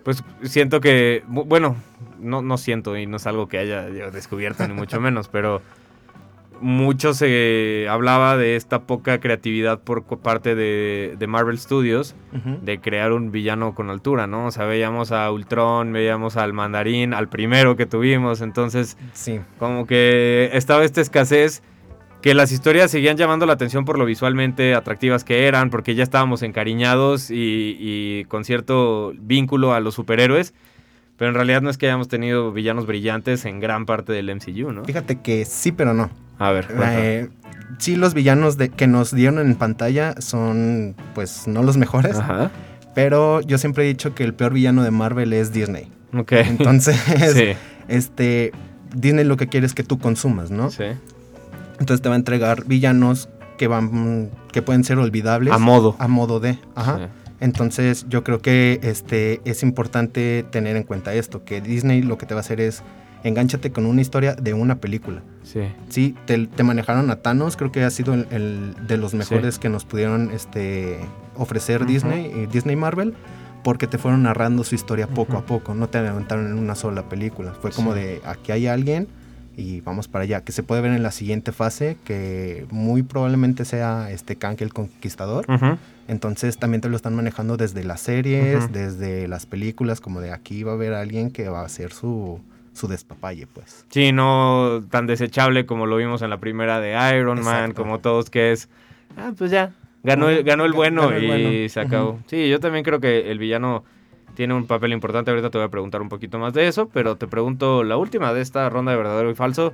pues siento que, bueno, no siento y no es algo que haya yo descubierto ni mucho menos, pero mucho se hablaba de esta poca creatividad por parte de Marvel Studios de crear un villano con altura, ¿no? O sea, veíamos a Ultron, veíamos al Mandarín, al primero que tuvimos, entonces Sí. como que estaba esta escasez, que las historias seguían llamando la atención por lo visualmente atractivas que eran, porque ya estábamos encariñados y con cierto vínculo a los superhéroes, pero en realidad no es que hayamos tenido villanos brillantes en gran parte del MCU, ¿no? Fíjate que sí, pero no. A ver, cuéntame. Sí, los villanos que nos dieron en pantalla son, pues, no los mejores. Ajá. Pero yo siempre he dicho que el peor villano de Marvel es Disney. Ok. Entonces, Sí. Disney lo que quiere es que tú consumas, ¿no? Sí. Entonces te va a entregar villanos que pueden ser olvidables. A modo. A modo de. Ajá. Sí. Entonces yo creo que es importante tener en cuenta esto, que Disney lo que te va a hacer es engánchate con una historia de una película. Sí. Sí, te manejaron a Thanos, creo que ha sido el de los mejores que nos pudieron ofrecer Disney Marvel, porque te fueron narrando su historia poco a poco, no te aventaron en una sola película. Fue como de, aquí hay alguien y vamos para allá, que se puede ver en la siguiente fase, que muy probablemente sea Kang el Conquistador. Entonces también te lo están manejando desde las series, desde las películas, como de aquí va a haber alguien que va a hacer su despapalle, pues. Sí, no tan desechable como lo vimos en la primera de Iron Man, como todos, que es, pues ya, ganó el bueno y se acabó. Sí, yo también creo que el villano tiene un papel importante. Ahorita te voy a preguntar un poquito más de eso, pero te pregunto la última de esta ronda de verdadero y falso.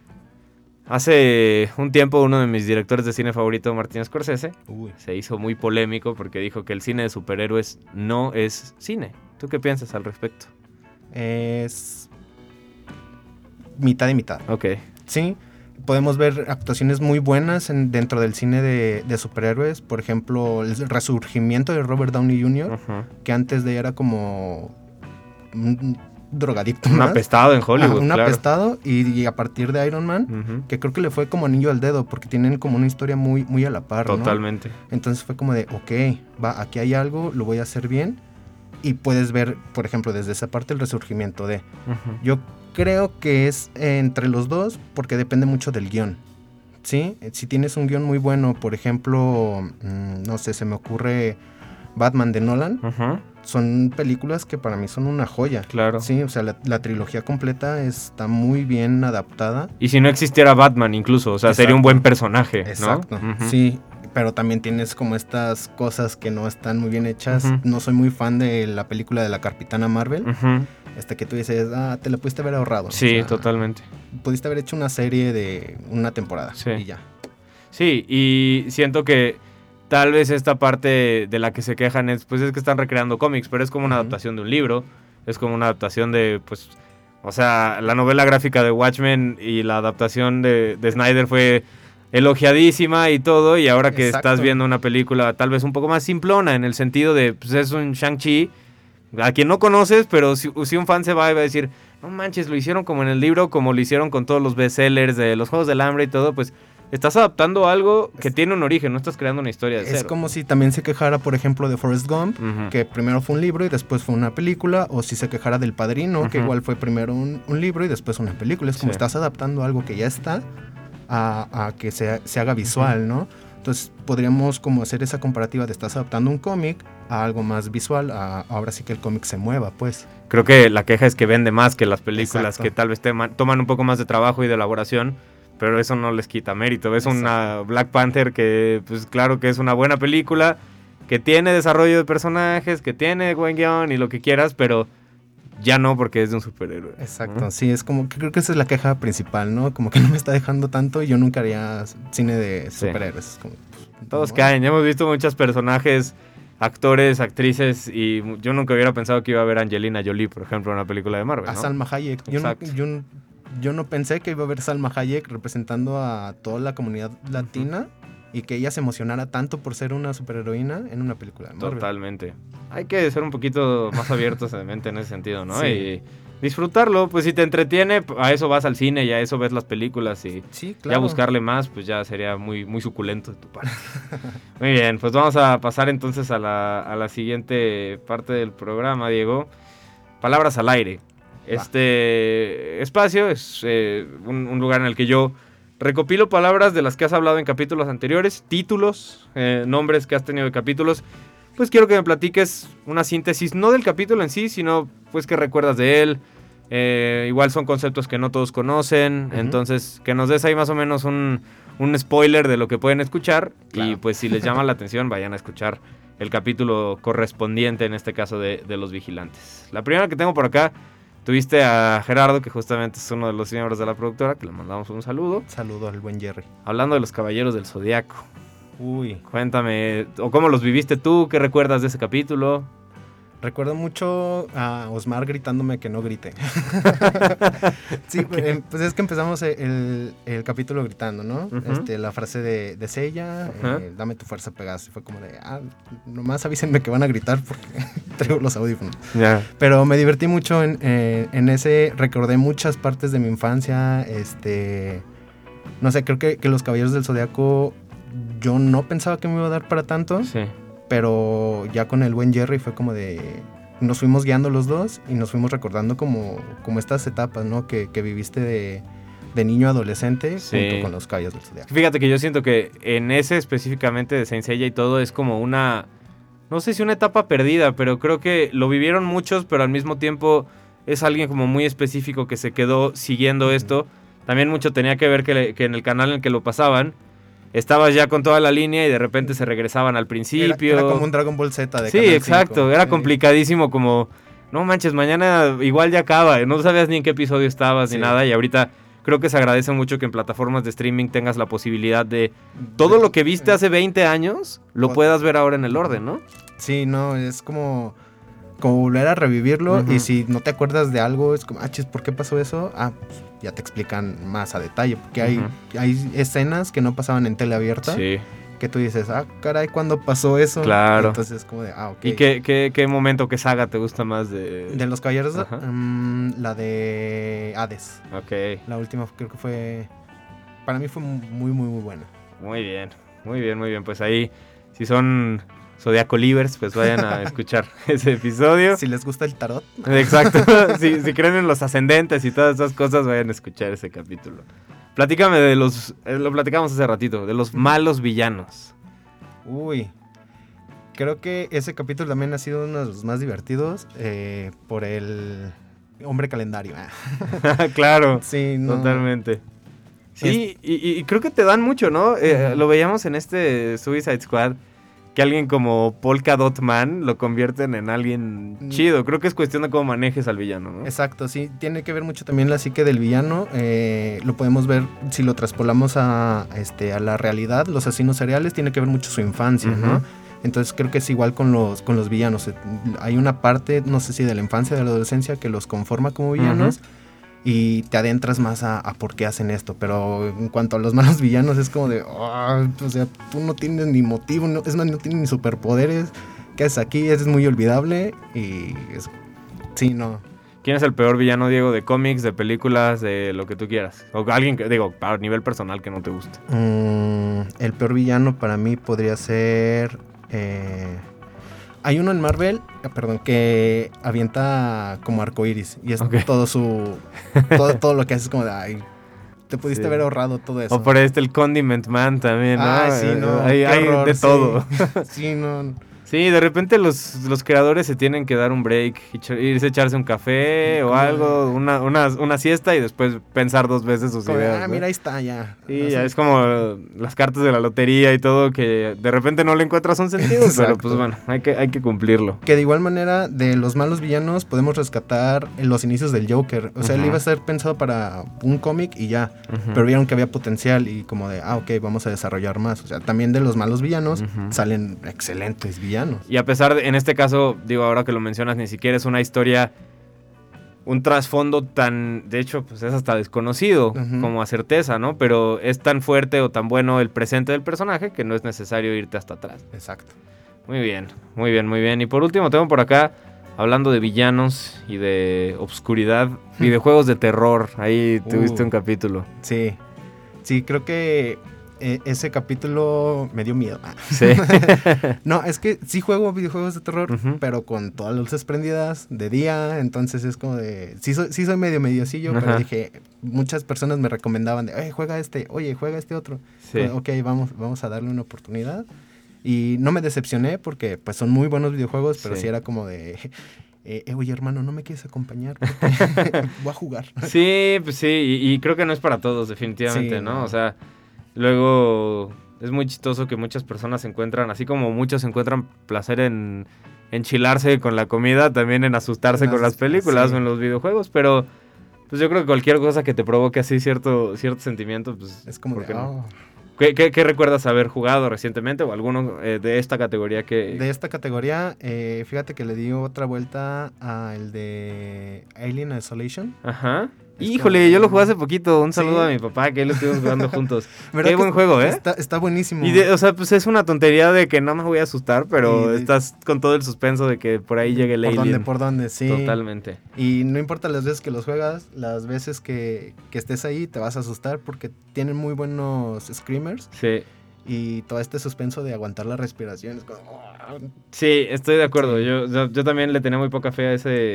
Hace un tiempo uno de mis directores de cine favorito, Martin Scorsese, se hizo muy polémico porque dijo que el cine de superhéroes no es cine. ¿Tú qué piensas al respecto? Es mitad y mitad. Ok. Sí, podemos ver actuaciones muy buenas dentro del cine de superhéroes. Por ejemplo, el resurgimiento de Robert Downey Jr., que antes de era como un drogadicto un más. apestado en Hollywood, un claro. apestado, y a partir de Iron Man, que creo que le fue como anillo al dedo, porque tienen como una historia muy, muy a la par, Totalmente. ¿no? Entonces fue como de, ok, aquí hay algo, lo voy a hacer bien. Y puedes ver, por ejemplo, desde esa parte el resurgimiento de... Yo creo que es entre los dos, porque depende mucho del guión, ¿sí? Si tienes un guión muy bueno, por ejemplo, no sé, se me ocurre Batman de Nolan, son películas que para mí son una joya. Claro. Sí, o sea, la trilogía completa está muy bien adaptada. Y si no existiera Batman incluso, o sea, sería un buen personaje, ¿no? Exacto, sí. Pero también tienes como estas cosas que no están muy bien hechas. No soy muy fan de la película de la Capitana Marvel. Que tú dices, te la pudiste haber ahorrado. Sí, o sea, totalmente. Pudiste haber hecho una serie de una temporada y ya. Sí, y siento que tal vez esta parte de la que se quejan es que están recreando cómics, pero es como una adaptación de un libro, es como una adaptación de, o sea, la novela gráfica de Watchmen y la adaptación de Snyder fue elogiadísima y todo, y ahora que estás viendo una película tal vez un poco más simplona en el sentido de, es un Shang-Chi, a quien no conoces, pero si un fan se va a decir, no manches, lo hicieron como en el libro, como lo hicieron con todos los bestsellers de los Juegos del Hambre y todo, pues estás adaptando algo que tiene un origen, no estás creando una historia de cero. Es como si también se quejara, por ejemplo, de Forrest Gump, que primero fue un libro y después fue una película, o si se quejara del Padrino, que igual fue primero un libro y después una película. Es como estás adaptando algo que ya está a que se haga visual, ¿no? Entonces podríamos como hacer esa comparativa de estás adaptando un cómic a algo más visual, ahora sí que el cómic se mueva, pues. Creo que la queja es que vende más que las películas, que tal vez toman un poco más de trabajo y de elaboración, pero eso no les quita mérito. Ves una Black Panther que, pues claro que es una buena película, que tiene desarrollo de personajes, que tiene buen guión y lo que quieras, pero ya no porque es de un superhéroe. Exacto, sí, es como que creo que esa es la queja principal, ¿no? Como que no me está dejando tanto y yo nunca haría cine de superhéroes. Es como, todos caen, ya hemos visto muchos personajes, actores, actrices, y yo nunca hubiera pensado que iba a ver a Angelina Jolie, por ejemplo, en una película de Marvel, ¿no? A Salma Hayek. Yo no pensé que iba a ver Salma Hayek representando a toda la comunidad latina y que ella se emocionara tanto por ser una superheroína en una película de Marvel. Totalmente. Hay que ser un poquito más abiertos de mente en ese sentido, ¿no? Sí. Y disfrutarlo. Pues si te entretiene, a eso vas al cine y a eso ves las películas y Sí, ya claro. buscarle más, pues ya sería muy, muy suculento de tu parte. Muy bien, pues vamos a pasar entonces a la siguiente parte del programa, Diego. Palabras al aire. Este espacio es un lugar en el que yo recopilo palabras de las que has hablado en capítulos anteriores, títulos, nombres que has tenido de capítulos. Pues quiero que me platiques una síntesis, no del capítulo en sí, sino pues que recuerdas de él. Igual son conceptos que no todos conocen, entonces que nos des ahí más o menos un spoiler de lo que pueden escuchar. Claro. Y pues si les llama la atención, vayan a escuchar el capítulo correspondiente, en este caso de Los Vigilantes. La primera que tengo por acá, tuviste a Gerardo, que justamente es uno de los miembros de la productora, que le mandamos un saludo, Saludo al buen Jerry. hablando de los Caballeros del Zodiaco. Uy, Cuéntame, o cómo los viviste tú, qué recuerdas de ese capítulo. recuerdo mucho a Osmar gritándome que no grite. Sí, pues es que empezamos el capítulo gritando, ¿no? Ujú. La frase de Seiya, Ajá. dame tu fuerza, Pegasus. Y fue como de, nomás avísenme que van a gritar porque traigo los audífonos. Ya. Pero me divertí mucho en ese, recordé muchas partes de mi infancia, no sé, creo que los Caballeros del Zodiaco, yo no pensaba que me iba a dar para tanto, Sí. pero ya con el buen Jerry fue como de, nos fuimos guiando los dos y nos fuimos recordando como estas etapas, ¿no? Que viviste de niño a adolescente Sí. junto con los Caballeros del Zodiaco. Fíjate que yo siento que en ese específicamente de Saint Seiya y todo es como una, no sé si una etapa perdida, pero creo que lo vivieron muchos, pero al mismo tiempo es alguien como muy específico que se quedó siguiendo esto. También mucho tenía que ver que en el canal en el que lo pasaban, estabas ya con toda la línea y de repente se regresaban al principio. Era como un Dragon Ball Z de Sí, Canal exacto, 5. era Sí. complicadísimo como, no manches, mañana igual ya acaba, no sabías ni en qué episodio estabas ni Sí. nada y ahorita creo que se agradece mucho que en plataformas de streaming tengas la posibilidad de todo lo que viste hace 20 años lo puedas ver ahora en el orden, ¿no? Sí, no, es como volver a revivirlo. Ujú. Y si no te acuerdas de algo, es como, chis, ¿por qué pasó eso? Pues, ya te explican más a detalle, porque hay escenas que no pasaban en tele abierta, Sí. que tú dices, caray, ¿cuándo pasó eso? Claro. Entonces es como de, ok. ¿Y qué momento, qué saga te gusta más de...? De los Caballeros, Ajá. la de Hades. Ok, La última creo que fue, para mí fue muy, muy, muy buena. muy bien, muy bien, muy bien. Pues ahí, si son Zodiaco Livers, pues vayan a escuchar ese episodio. Si les gusta el tarot, Exacto. si creen en los ascendentes y todas esas cosas, vayan a escuchar ese capítulo. Platícame de los... lo platicamos hace ratito, de los malos villanos. uy. Creo que ese capítulo también ha sido uno de los más divertidos por el hombre calendario. Claro, Sí, no. totalmente. Sí, y creo que te dan mucho, ¿no? Lo veíamos en este Suicide Squad, que alguien como Polka Dot Man lo convierten en alguien chido. Creo que es cuestión de cómo manejes al villano, ¿no? Exacto, sí, tiene que ver mucho también la psique del villano. Lo podemos ver si lo traspolamos a la realidad. Los asesinos seriales tiene que ver mucho su infancia, Ujú. ¿no? Entonces creo que es igual con los villanos. Hay una parte, no sé si de la infancia o de la adolescencia, que los conforma como villanos. Y te adentras más a por qué hacen esto. Pero en cuanto a los malos villanos, es como de, o sea, tú no tienes ni motivo, es más, no tienes ni superpoderes. ¿Qué haces aquí? Es muy olvidable. Y sí, no. ¿Quién es el peor villano, Diego, de cómics, de películas, de lo que tú quieras? O alguien que, digo, a nivel personal que no te guste. El peor villano para mí podría ser... hay uno en Marvel, que avienta como arcoiris. Y es Ok. todo lo que haces como de, ay, te pudiste Sí. haber ahorrado todo eso. O por el Condiment Man también, ¿no? Sí, no. Hay qué horror, de sí. todo. Sí, no. Sí, de repente los creadores se tienen que dar un break, irse a echarse un café o Como- algo, una siesta y después pensar dos veces sus Como de, ideas, ¿no? mira, ahí está ya. Sí, Así. ya es como las cartas de la lotería y todo, que de repente no le encuentras un sentido, pero Exacto. pues bueno, hay que cumplirlo. Que de igual manera, de los malos villanos, podemos rescatar los inicios del Joker. O sea, él Ujú. iba a ser pensado para un cómic y ya. Ujú. Pero vieron que había potencial y como de, ok, vamos a desarrollar más. O sea, también de los malos villanos Ujú. salen excelentes villanos. Y a pesar de, en este caso, digo, ahora que lo mencionas, ni siquiera es una historia, un trasfondo tan, de hecho, pues es hasta desconocido Ujú. como a certeza, ¿no? Pero es tan fuerte o tan bueno el presente del personaje que no es necesario irte hasta atrás. Exacto. Muy bien, muy bien, muy bien. Y por último tengo por acá hablando de villanos y de obscuridad, videojuegos de terror. Ahí tuviste un capítulo. Sí, creo que ese capítulo me dio miedo. Sí. No, es que sí juego videojuegos de terror, pero con todas las luces prendidas de día, entonces es como de... Sí soy medio mediocillo, pero dije, muchas personas me recomendaban de, oye, juega este otro. Sí. Ok, vamos a darle una oportunidad. Y no me decepcioné porque pues son muy buenos videojuegos, pero sí era como de... oye, hermano, ¿no me quieres acompañar? Voy a jugar. Sí, pues sí, y creo que no es para todos, definitivamente, Sí, ¿no? no. O sea, luego es muy chistoso que muchas personas encuentran, así como muchos encuentran placer en enchilarse con la comida, también en asustarse con las películas o en los videojuegos, pero pues yo creo que cualquier cosa que te provoque así cierto sentimiento, pues... Es como ¿por de... qué no? ¿Qué recuerdas haber jugado recientemente o alguno de esta categoría que...? De esta categoría, fíjate que le di otra vuelta al de Alien Isolation. Ajá. Es Híjole, como- yo lo jugué hace poquito. Un Sí. saludo a mi papá, que ahí lo estuvimos jugando juntos. ¿Verdad Qué que buen juego, ¿eh? Está buenísimo. Y o sea, pues es una tontería de que no me voy a asustar, pero Y estás con todo el suspenso de que por ahí llegue el alien. ¿Por dónde? Sí. Totalmente. Y no importa las veces que los juegas, las veces que estés ahí te vas a asustar porque tienen muy buenos screamers Sí. y todo este suspenso de aguantar la respiración. Es como... Sí, estoy de acuerdo. Yo también le tenía muy poca fe a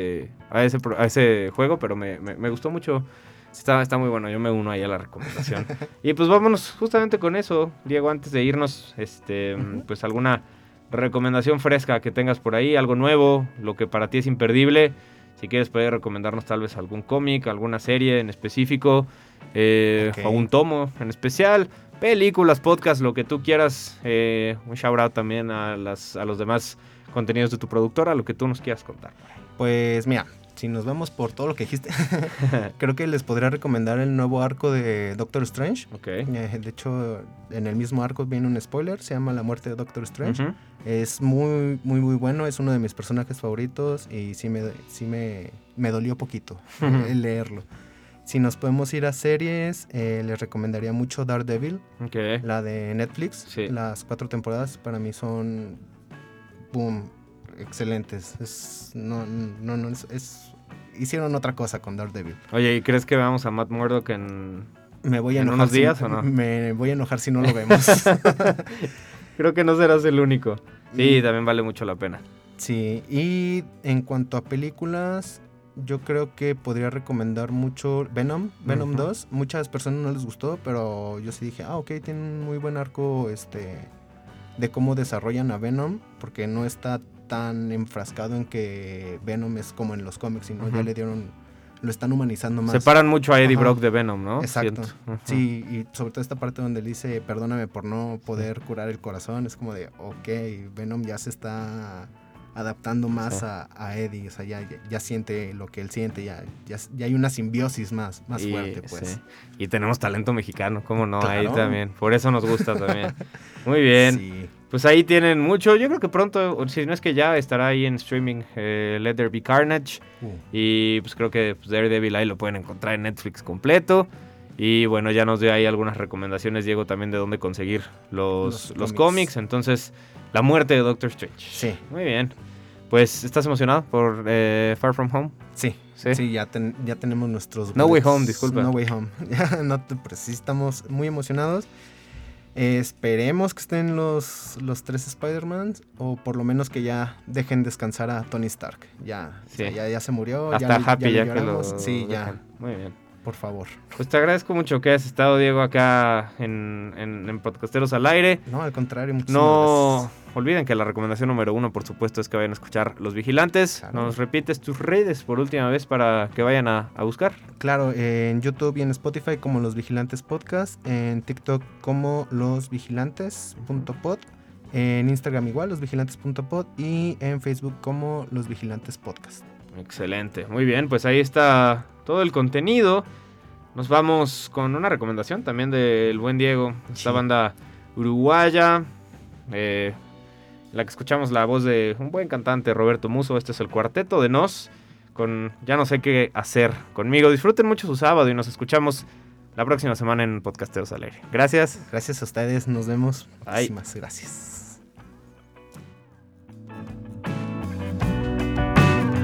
ese juego, pero me gustó mucho. Está muy bueno, yo me uno ahí a la recomendación. Y pues vámonos justamente con eso, Diego, antes de irnos, pues alguna recomendación fresca que tengas por ahí, algo nuevo, lo que para ti es imperdible. Si quieres puedes recomendarnos tal vez algún cómic, alguna serie en específico, o un tomo en especial, películas, podcasts, lo que tú quieras. Un shout out también a los demás contenidos de tu productora, lo que tú nos quieras contar. Pues mira, si nos vamos por todo lo que dijiste, creo que les podría recomendar el nuevo arco de Doctor Strange. Ok. De hecho, en el mismo arco viene un spoiler, se llama La muerte de Doctor Strange. Ujú. Es muy, muy, muy bueno, es uno de mis personajes favoritos y sí me dolió poquito el leerlo. Si nos podemos ir a series, les recomendaría mucho Daredevil, Ok. la de Netflix. Sí. Las 4 temporadas para mí son, boom, excelentes. Hicieron otra cosa con Daredevil. Oye, ¿y crees que veamos a Matt Murdock en...? Me voy a ¿En enojar unos días o no? Me voy a enojar si no lo vemos. Creo que no serás el único. Sí, también vale mucho la pena. Sí, y en cuanto a películas, yo creo que podría recomendar mucho Venom 2. Muchas personas no les gustó, pero yo sí dije, ok, tiene un muy buen arco de cómo desarrollan a Venom, porque no está tan enfrascado en que Venom es como en los cómics, sino ya lo están humanizando más. Separan mucho a Eddie Ajá. Brock de Venom, ¿no? Exacto. Siento. Ajá. Sí, y sobre todo esta parte donde le dice, perdóname por no poder curar el corazón, es como de, ok, Venom ya se está adaptando más Sí. a Eddie, o sea, ya siente lo que él siente, ya hay una simbiosis más fuerte, pues. Sí. Y tenemos talento mexicano, ¿cómo no? Claro. Ahí también. Por eso nos gusta también. Muy bien. Sí. Pues ahí tienen mucho. Yo creo que pronto, o si no es que ya, estará ahí en streaming Let There Be Carnage. Y pues creo que pues, Daredevil ahí lo pueden encontrar en Netflix completo. Y bueno, ya nos dio ahí algunas recomendaciones, Diego, también de dónde conseguir los cómics. Entonces, la muerte de Doctor Strange. Sí. Muy bien. Pues, ¿estás emocionado por Far From Home? Sí, ya tenemos nuestros... No Way boletos. Home, disculpa. No Way Home. Pero sí estamos muy emocionados. Esperemos que estén los 3 Spider-Man, o por lo menos que ya dejen descansar a Tony Stark. Ya, Sí. o sea, ya se murió. Hasta Happy ya le que lo lloramos. Sí, ya, dejan. Muy bien. por favor. Pues te agradezco mucho que hayas estado, Diego, acá en Podcasteros al Aire. No, al contrario, muchísimas No gracias. olviden que la recomendación número 1, por supuesto, es que vayan a escuchar Los Vigilantes. Claro. Nos repites tus redes por última vez para que vayan a buscar. Claro, en YouTube y en Spotify como Los Vigilantes Podcast, en TikTok como losvigilantes.pod, en Instagram igual, losvigilantes.pod, y en Facebook como Los Vigilantes Podcast. Excelente. Muy bien, pues ahí está todo el contenido. Nos vamos con una recomendación también del buen Diego. Esta Sí. banda uruguaya, la que escuchamos la voz de un buen cantante, Roberto Muso. Este es el Cuarteto de Nos, con Ya no sé qué hacer conmigo. Disfruten mucho su sábado y nos escuchamos la próxima semana en Podcasteros al Aire. Gracias. Gracias a ustedes, nos vemos. Bye. Muchísimas gracias.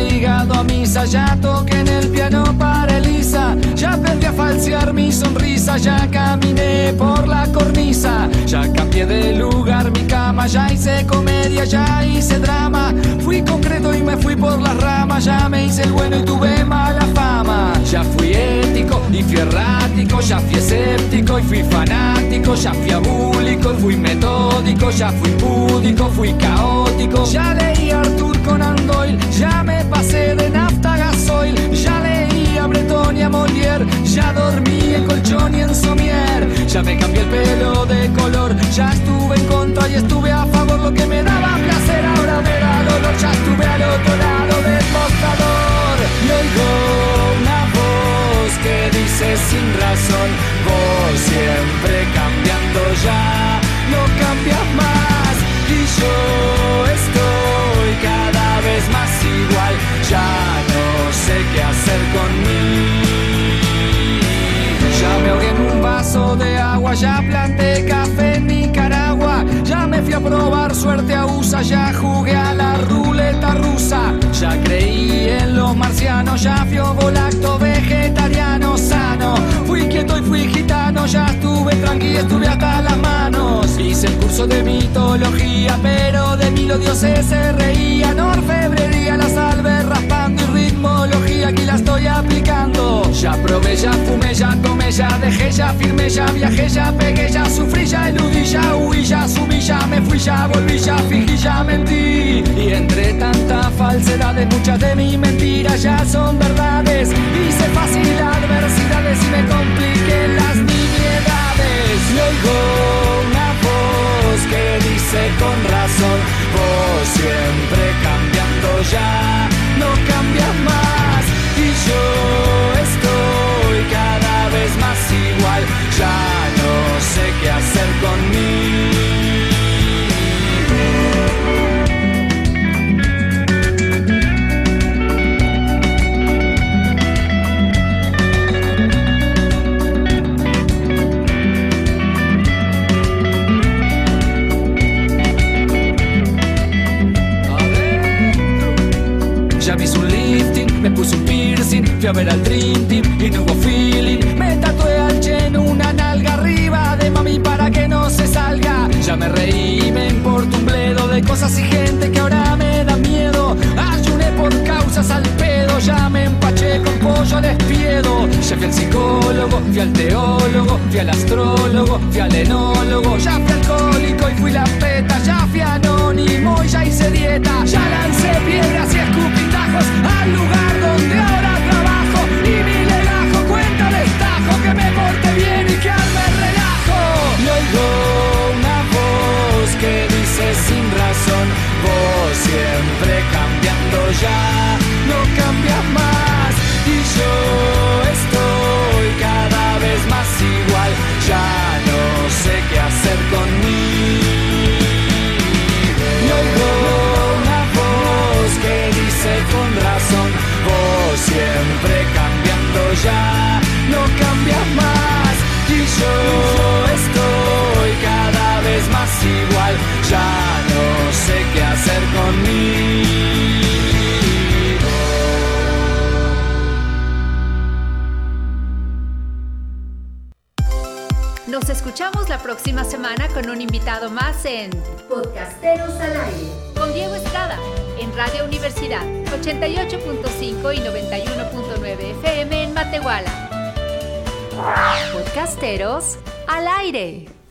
obligado a misa, ya toqué en el piano para Elisa, ya aprendí a falsear mi sonrisa, ya caminé por la cornisa, ya cambié de lugar mi cama, ya hice comedia, ya hice drama, fui concreto y me fui por las ramas, ya me hice el bueno y tuve mala fama, ya fui ético y fui errático, ya fui escéptico y fui fanático, ya fui abúlico y fui metódico, ya fui púdico, fui caótico, ya leí a Arthur Conan Doyle, ya me pasé de nafta a gasoil, ya leí a Breton y a Molière, ya dormí en colchón y en somier, ya me cambié el pelo de color, ya estuve en contra y estuve a favor, lo que me daba placer ahora me da dolor, ya estuve al otro lado del mostrador y oigo una voz que dice sin razón, vos siempre cambiando ya, no cambias más y yo estoy cada vez más igual, ya no sé qué hacer con mí. Ya me ahogué en un vaso de agua, ya planté café en Nicaragua, ya me fui a probar suerte a USA, ya jugué a la ruleta rusa, ya creí en los marcianos, ya fui ovolacto vegetariano sano, fui quieto y fui gitano, ya estuve tranqui, estuve hasta las manos, hice el curso de mitología, pero de mí los dioses se reían, orfebrería, la salve raspando y ritmología, aquí la estoy aplicando, ya probé, ya fumé, ya tomé, ya dejé, ya firmé, ya viajé, ya pegué, ya sufrí, ya eludí, ya huí, ya subí, ya me fui, ya volví, ya fingí, ya mentí. Y entre tanta falsedades, muchas de mis mentiras ya son verdades. Hice fácil adversidades y me compliqué las nimiedades. Y oigo una voz que dice con razón, vos siempre cambiando ya, no cambias más. Y yo estoy cada vez más igual, ya no sé qué hacer conmigo. Ya me hice un lifting, me puse un piercing, fui a ver al Dream Team y no hubo feeling. Me tatué al Chen una nalga arriba de mami para que no se salga. Ya me reí, me importa un bledo de cosas y gente que ahora me da miedo. Ayuné por causas al pedo, ya me empaché con pollo al espiedo. Ya fui al psicólogo, fui al teólogo, fui al astrólogo, fui al enólogo. Ya fui alcohólico y fui la peta, ya fui anónimo y ya hice dieta. Ya lancé piedras y escupitajos al lugar donde ahora trabajo. Y mi legajo cuenta destajo que me porte bien y que arme relajo. Y oigo una voz que dice sin razón, vos siempre cambiando ya, no cambias más. Y yo estoy cada vez más igual, ya no sé qué hacer conmigo. Y oigo una voz que dice con razón, vos siempre cambiando ya, no cambias más. Y yo estoy cada vez más igual, ya no sé qué hacer conmigo. Nos escuchamos la próxima semana con un invitado más en Podcasteros al Aire con Diego Estrada en Radio Universidad 88.5 y 91.9 FM en Matehuala. Podcasteros al Aire.